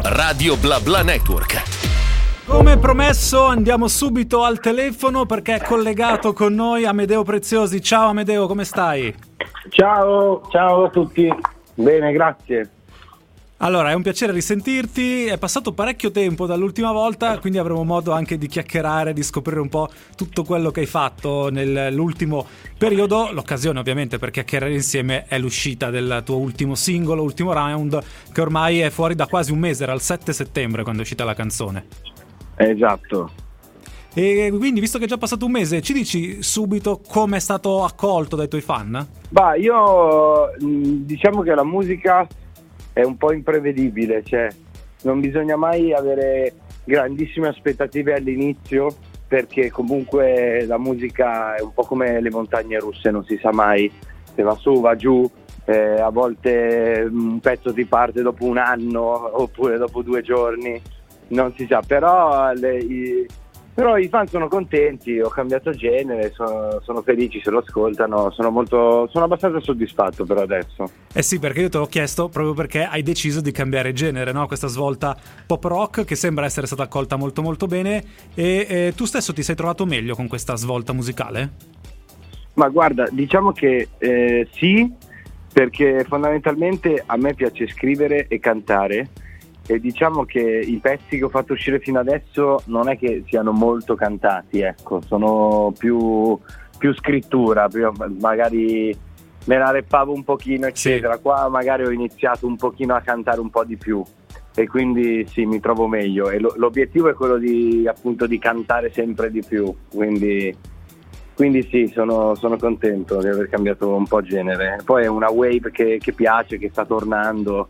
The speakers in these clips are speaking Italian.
Radio BlaBla Network. Come promesso andiamo subito al telefono perché è collegato con noi Amedeo Preziosi. Ciao Amedeo, come stai? Ciao a tutti. Bene, grazie. Allora, è un piacere risentirti, è passato parecchio tempo dall'ultima volta, quindi avremo modo anche di chiacchierare, di scoprire un po' tutto quello che hai fatto nell'ultimo periodo. L'occasione ovviamente per chiacchierare insieme è l'uscita del tuo ultimo singolo, Ultimo Round, che ormai è fuori da quasi un mese, era il 7 settembre quando è uscita la canzone. Esatto. E quindi, visto che è già passato un mese, ci dici subito come è stato accolto dai tuoi fan? Bah, io diciamo che la musica è un po' imprevedibile, cioè non bisogna mai avere grandissime aspettative all'inizio, perché comunque la musica è un po' come le montagne russe, non si sa mai se va su, va giù, a volte un pezzo ti parte dopo un anno oppure dopo 2 giorni, non si sa, però i fan sono contenti, ho cambiato genere, sono felici se lo ascoltano, sono abbastanza soddisfatto per adesso. Eh sì, perché io te l'ho chiesto proprio perché hai deciso di cambiare genere, no? Questa svolta pop rock che sembra essere stata accolta molto molto bene e tu stesso ti sei trovato meglio con questa svolta musicale? Ma guarda, diciamo che sì, perché fondamentalmente a me piace scrivere e cantare. E diciamo che i pezzi che ho fatto uscire fino adesso non è che siano molto cantati, ecco, sono più scrittura, magari me la reppavo un pochino eccetera, sì. Qua magari ho iniziato un pochino a cantare un po' di più e quindi sì, mi trovo meglio e l'obiettivo è quello di appunto di cantare sempre di più, quindi sì, sono contento di aver cambiato un po' genere. Poi è una wave che piace, che sta tornando.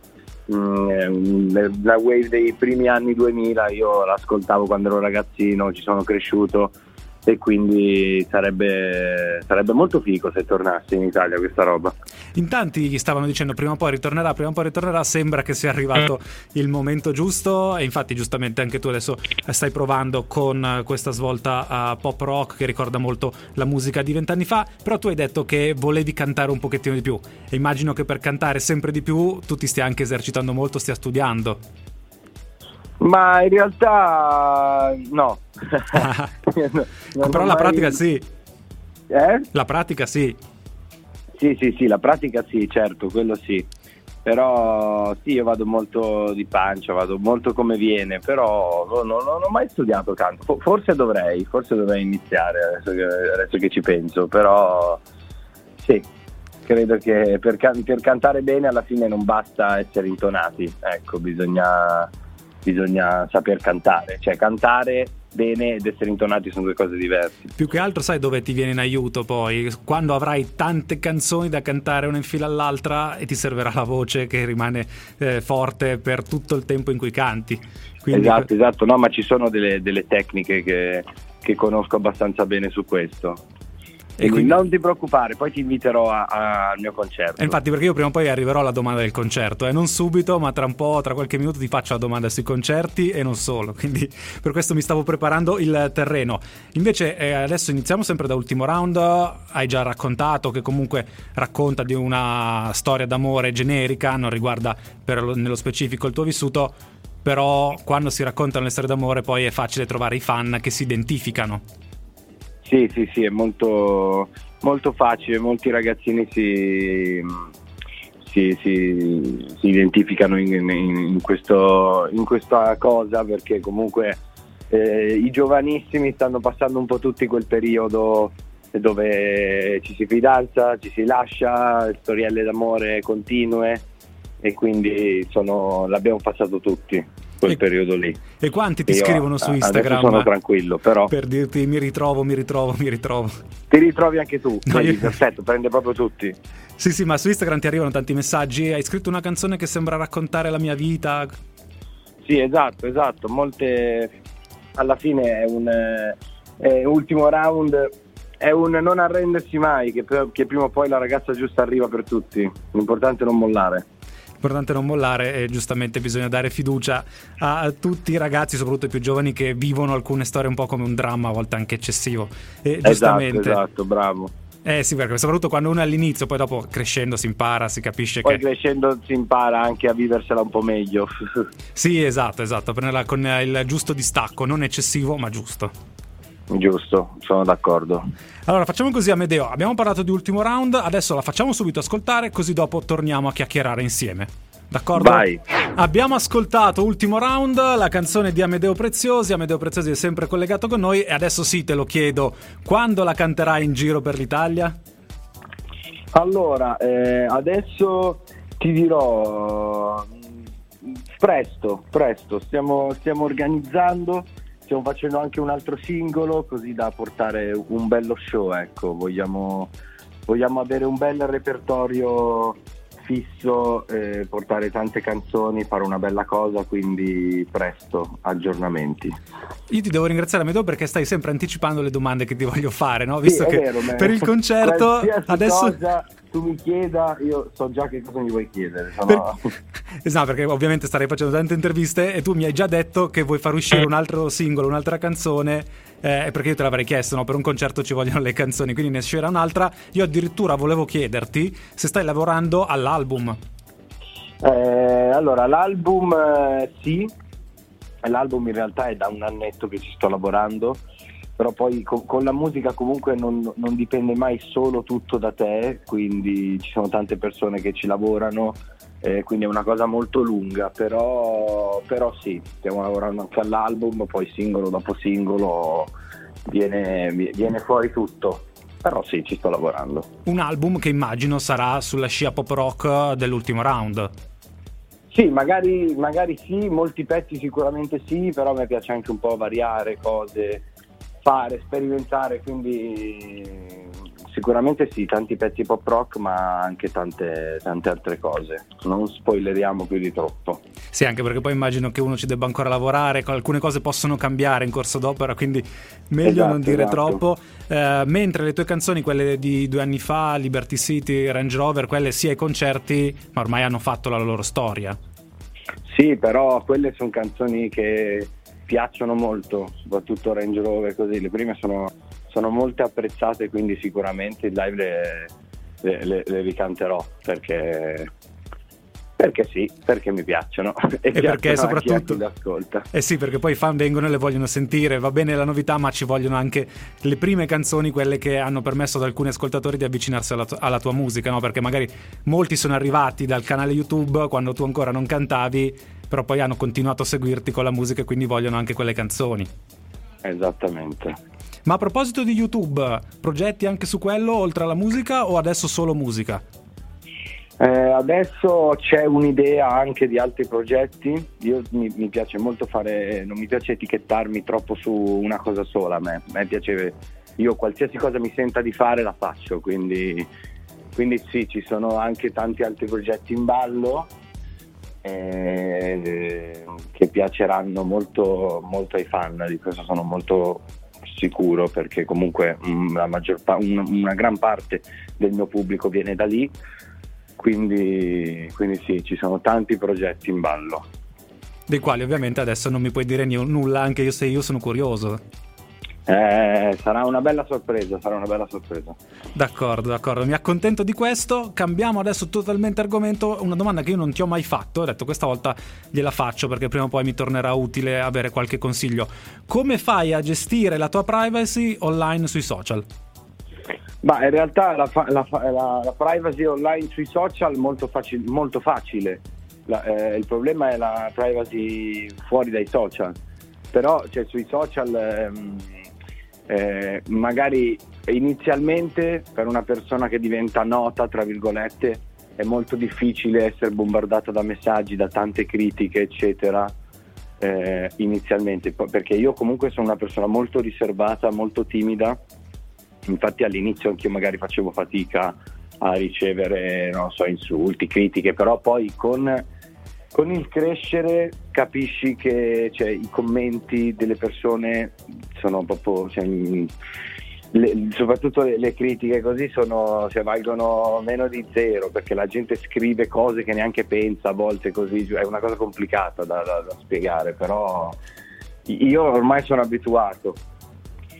La wave dei primi anni 2000 io l'ascoltavo quando ero ragazzino, ci sono cresciuto e quindi sarebbe molto figo se tornasse in Italia questa roba. In tanti gli stavano dicendo prima o poi ritornerà, sembra che sia arrivato il momento giusto e infatti giustamente anche tu adesso stai provando con questa svolta pop rock che ricorda molto la musica di 20 anni fa, però tu hai detto che volevi cantare un pochettino di più e immagino che per cantare sempre di più tu ti stia anche esercitando molto, stia studiando. Ma in realtà no. Però la pratica sì. La pratica sì. Sì, la pratica sì, certo, quello sì. Però sì, io vado molto di pancia, vado molto come viene, però non ho mai studiato canto. Forse dovrei iniziare adesso che ci penso, però sì, credo che per cantare bene alla fine non basta essere intonati, ecco, bisogna saper cantare, cioè cantare bene ed essere intonati sono 2 cose diverse. Più che altro sai dove ti viene in aiuto poi? Quando avrai tante canzoni da cantare una in fila all'altra e ti servirà la voce che rimane forte per tutto il tempo in cui canti. Quindi... Esatto, no, ma ci sono delle tecniche che conosco abbastanza bene su questo. E quindi non ti preoccupare, poi ti inviterò al mio concerto. E infatti, perché io prima o poi arriverò alla domanda del concerto, non subito, ma tra qualche minuto ti faccio la domanda sui concerti e non solo, quindi per questo mi stavo preparando il terreno. Invece adesso iniziamo sempre da Ultimo Round. Hai già raccontato che comunque racconta di una storia d'amore generica, non riguarda nello specifico il tuo vissuto, però quando si raccontano le storie d'amore poi è facile trovare i fan che si identificano. Sì, è molto, molto facile, molti ragazzini si identificano in questa cosa, perché comunque i giovanissimi stanno passando un po' tutti quel periodo dove ci si fidanza, ci si lascia, storielle d'amore continue e quindi l'abbiamo passato tutti quel periodo lì. E quanti ti scrivono su Instagram? Adesso sono tranquillo, però per dirti mi ritrovo. Ti ritrovi anche tu? Perfetto, prende proprio tutti. Sì, ma su Instagram ti arrivano tanti messaggi. Hai scritto una canzone che sembra raccontare la mia vita. Sì, esatto. Molte, alla fine è Ultimo Round, è un non arrendersi mai, che prima o poi la ragazza giusta arriva per tutti. L'importante è non mollare. Importante non mollare e giustamente bisogna dare fiducia a tutti i ragazzi, soprattutto i più giovani, che vivono alcune storie un po' come un dramma, a volte anche eccessivo. E giustamente, esatto, bravo. Sì, perché soprattutto quando uno è all'inizio, poi dopo crescendo si impara, si capisce Poi che... crescendo si impara anche a viversela un po' meglio. Sì, esatto, prenderla con il giusto distacco, non eccessivo ma giusto. Giusto, sono d'accordo. Allora facciamo così, Amedeo, abbiamo parlato di Ultimo Round, adesso la facciamo subito ascoltare, così dopo torniamo a chiacchierare insieme. D'accordo? Vai. Abbiamo ascoltato Ultimo Round, la canzone di Amedeo Preziosi. Amedeo Preziosi è sempre collegato con noi e adesso sì, te lo chiedo, quando la canterai in giro per l'Italia? Allora, adesso ti dirò presto, stiamo organizzando, stiamo facendo anche un altro singolo così da portare un bello show, ecco, vogliamo avere un bel repertorio fisso, portare tante canzoni, fare una bella cosa, quindi presto, aggiornamenti. Io ti devo ringraziare, Amedeo, perché stai sempre anticipando le domande che ti voglio fare, no? Visto che vero, per il concerto adesso cosa tu mi chieda, io so già che cosa mi vuoi chiedere. Esatto, perché ovviamente starei facendo tante interviste e tu mi hai già detto che vuoi far uscire un altro singolo, un'altra canzone, perché io te l'avrei chiesto, no? Per un concerto ci vogliono le canzoni, quindi ne uscirà un'altra. Io addirittura volevo chiederti se stai lavorando all'album. Allora, l'album sì, l'album in realtà è da un annetto che ci sto lavorando, però poi con la musica comunque non dipende mai solo tutto da te, quindi ci sono tante persone che ci lavorano, quindi è una cosa molto lunga, però sì, stiamo lavorando anche all'album, poi singolo dopo singolo viene fuori tutto, però sì, ci sto lavorando. Un album che immagino sarà sulla scia pop rock dell'Ultimo Round. Sì, magari sì, molti pezzi sicuramente sì, però a me piace anche un po' variare cose, fare, sperimentare, quindi sicuramente sì, tanti pezzi pop rock, ma anche tante altre cose. Non spoileriamo più di troppo. Sì, anche perché poi immagino che uno ci debba ancora lavorare, alcune cose possono cambiare in corso d'opera, quindi meglio non dire troppo. Mentre le tue canzoni, quelle di 2 anni fa, Liberty City, Range Rover, quelle sia ai concerti, ma ormai hanno fatto la loro storia. Sì, però quelle sono canzoni che piacciono molto, soprattutto Range Rover, così. Le prime sono molto apprezzate, quindi sicuramente in live le ricanterò perché sì, perché mi piacciono e perché soprattutto chi ascolta. Sì, perché poi i fan vengono e le vogliono sentire, va bene la novità, ma ci vogliono anche le prime canzoni, quelle che hanno permesso ad alcuni ascoltatori di avvicinarsi alla tua musica, no? Perché magari molti sono arrivati dal canale YouTube quando tu ancora non cantavi, però poi hanno continuato a seguirti con la musica e quindi vogliono anche quelle canzoni. Esattamente. Ma a proposito di YouTube, progetti anche su quello oltre alla musica o adesso solo musica? Adesso c'è un'idea anche di altri progetti. Io mi piace molto non mi piace etichettarmi troppo su una cosa sola. A me piace, io qualsiasi cosa mi senta di fare la faccio, quindi sì, ci sono anche tanti altri progetti in ballo che piaceranno molto, molto ai fan, di questo sono molto sicuro, perché comunque una gran parte del mio pubblico viene da lì. Quindi sì, ci sono tanti progetti in ballo. Dei quali ovviamente adesso non mi puoi dire nulla, anche se io sono curioso. Sarà una bella sorpresa. D'accordo, mi accontento di questo. Cambiamo adesso totalmente argomento. Una domanda che io non ti ho mai fatto, ho detto questa volta gliela faccio perché prima o poi mi tornerà utile avere qualche consiglio. Come fai a gestire la tua privacy online sui social? Ma in realtà la privacy online sui social molto facile. Il problema è la privacy fuori dai social. Però sui social magari inizialmente per una persona che diventa nota, tra virgolette, è molto difficile essere bombardata da messaggi, da tante critiche, eccetera, inizialmente, perché io comunque sono una persona molto riservata, molto timida. Infatti all'inizio anch'io magari facevo fatica a ricevere, non so, insulti, critiche, però poi con il crescere capisci che i commenti delle persone sono proprio, soprattutto le critiche così valgono meno di zero, perché la gente scrive cose che neanche pensa a volte, così è una cosa complicata da spiegare, però io ormai sono abituato.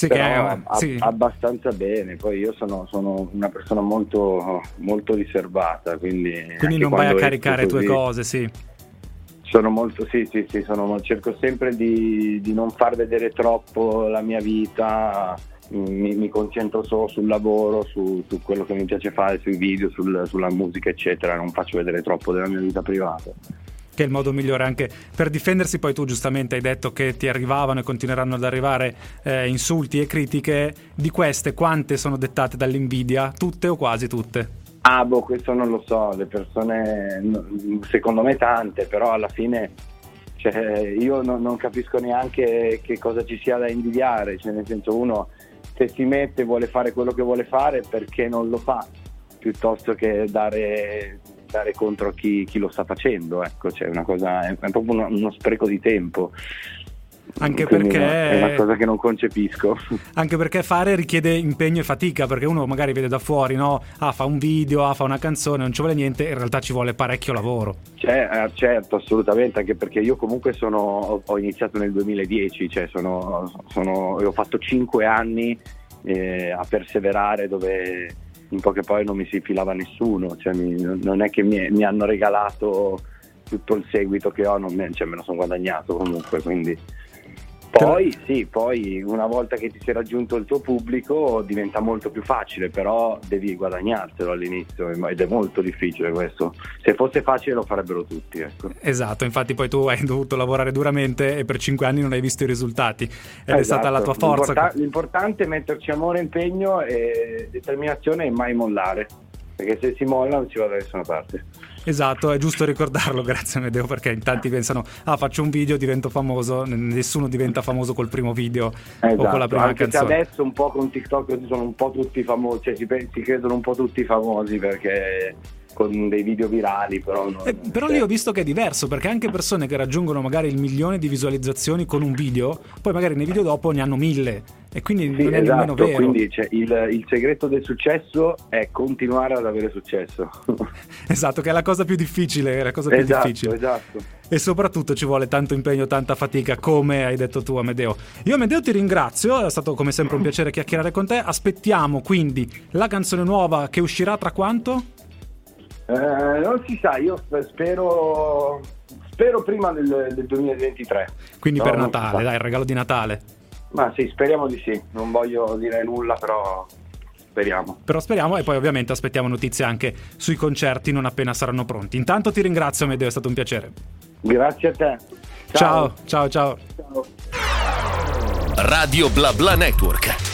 Sì, però sì. abbastanza bene. Poi io sono una persona molto, molto riservata, quindi non vai a caricare le tue cose, sì. Sono molto, sì, cerco sempre di non far vedere troppo la mia vita, mi concentro solo sul lavoro, su quello che mi piace fare, sui video, sulla musica, eccetera, non faccio vedere troppo della mia vita privata. Che è il modo migliore anche per difendersi. Poi tu giustamente hai detto che ti arrivavano e continueranno ad arrivare insulti e critiche. Di queste quante sono dettate dall'invidia? Tutte o quasi tutte? Questo non lo so, le persone secondo me tante, però alla fine io non capisco neanche che cosa ci sia da invidiare, nel senso, uno se si mette e vuole fare quello che vuole fare, perché non lo fa, piuttosto che dare contro chi lo sta facendo, ecco, è una cosa, è proprio uno spreco di tempo. Anche quindi perché è una cosa che non concepisco. Anche perché fare richiede impegno e fatica, perché uno magari vede da fuori, no? Fa un video, fa una canzone, non ci vuole niente, in realtà ci vuole parecchio lavoro. Certo, assolutamente, anche perché io comunque ho iniziato nel 2010, ho fatto 5 anni a perseverare, dove in poche parole non mi si filava nessuno, non è che mi hanno regalato tutto il seguito che ho, me lo sono guadagnato comunque, quindi poi una volta che ti sei raggiunto il tuo pubblico diventa molto più facile, però devi guadagnartelo all'inizio ed è molto difficile questo. Se fosse facile lo farebbero tutti, ecco. Esatto, infatti poi tu hai dovuto lavorare duramente e per 5 anni non hai visto i risultati ed è stata la tua forza. L'importante è metterci amore, impegno e determinazione e mai mollare, perché se si molla non si va da nessuna parte. Esatto, è giusto ricordarlo, grazie Amedeo, perché in tanti pensano faccio un video, divento famoso. Nessuno diventa famoso col primo video o con la prima anche canzone. Se adesso un po' con TikTok sono un po' tutti famosi, si credono un po' tutti famosi perché con dei video virali, però lì ho visto che è diverso, perché anche persone che raggiungono magari il 1.000.000 di visualizzazioni con un video, poi magari nei video dopo ne hanno 1.000 e quindi non è nemmeno vero. Quindi il segreto del successo è continuare ad avere successo. Esatto, che è la cosa più difficile, Esatto. E soprattutto ci vuole tanto impegno, tanta fatica, come hai detto tu, Amedeo. Io, Amedeo, ti ringrazio, è stato come sempre un piacere chiacchierare con te. Aspettiamo quindi la canzone nuova che uscirà tra quanto? Non si sa, io spero prima del 2023. Quindi per Natale, dai, il regalo di Natale. Ma sì, speriamo di sì, non voglio dire nulla, però speriamo. E poi ovviamente aspettiamo notizie anche sui concerti non appena saranno pronti. Intanto ti ringrazio, Amedeo, è stato un piacere. Grazie a te. Ciao. Radio Bla Bla Network.